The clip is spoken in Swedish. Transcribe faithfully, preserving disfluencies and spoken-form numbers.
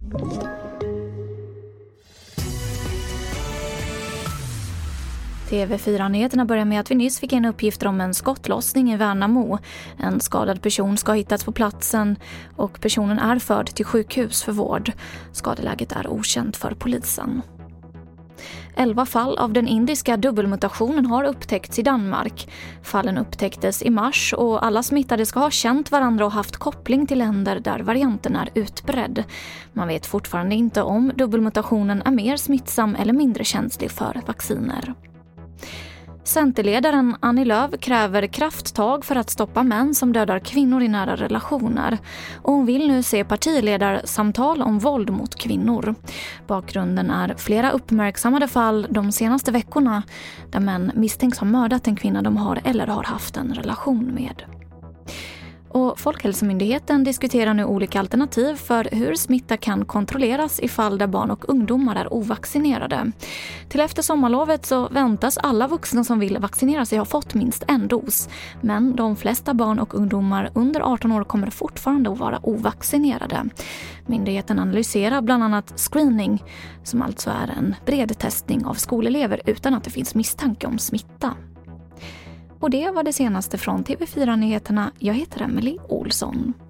T V fyra-nyheterna börjar med att vi nyss fick en uppgift om en skottlossning i Värnamo. En skadad person ska ha hittats på platsen och personen är förd till sjukhus för vård. Skadeläget är okänt för polisen. Elva fall av den indiska dubbelmutationen har upptäckts i Danmark. Fallen upptäcktes i mars och alla smittade ska ha känt varandra och haft koppling till länder där varianten är utbredd. Man vet fortfarande inte om dubbelmutationen är mer smittsam eller mindre känslig för vacciner. Centerledaren Annie Lööf kräver krafttag för att stoppa män som dödar kvinnor i nära relationer. Och hon vill nu se partiledarsamtal om våld mot kvinnor. Bakgrunden är flera uppmärksammade fall de senaste veckorna där män misstänks ha mördat en kvinna de har eller har haft en relation med. Och Folkhälsomyndigheten diskuterar nu olika alternativ för hur smitta kan kontrolleras i fall där barn och ungdomar är ovaccinerade. Till efter sommarlovet så väntas alla vuxna som vill vaccinera sig ha fått minst en dos. Men de flesta barn och ungdomar under arton år kommer fortfarande att vara ovaccinerade. Myndigheten analyserar bland annat screening, som alltså är en bred testning av skolelever utan att det finns misstanke om smitta. Och det var det senaste från T V fyra-nyheterna. Jag heter Emily Olsson.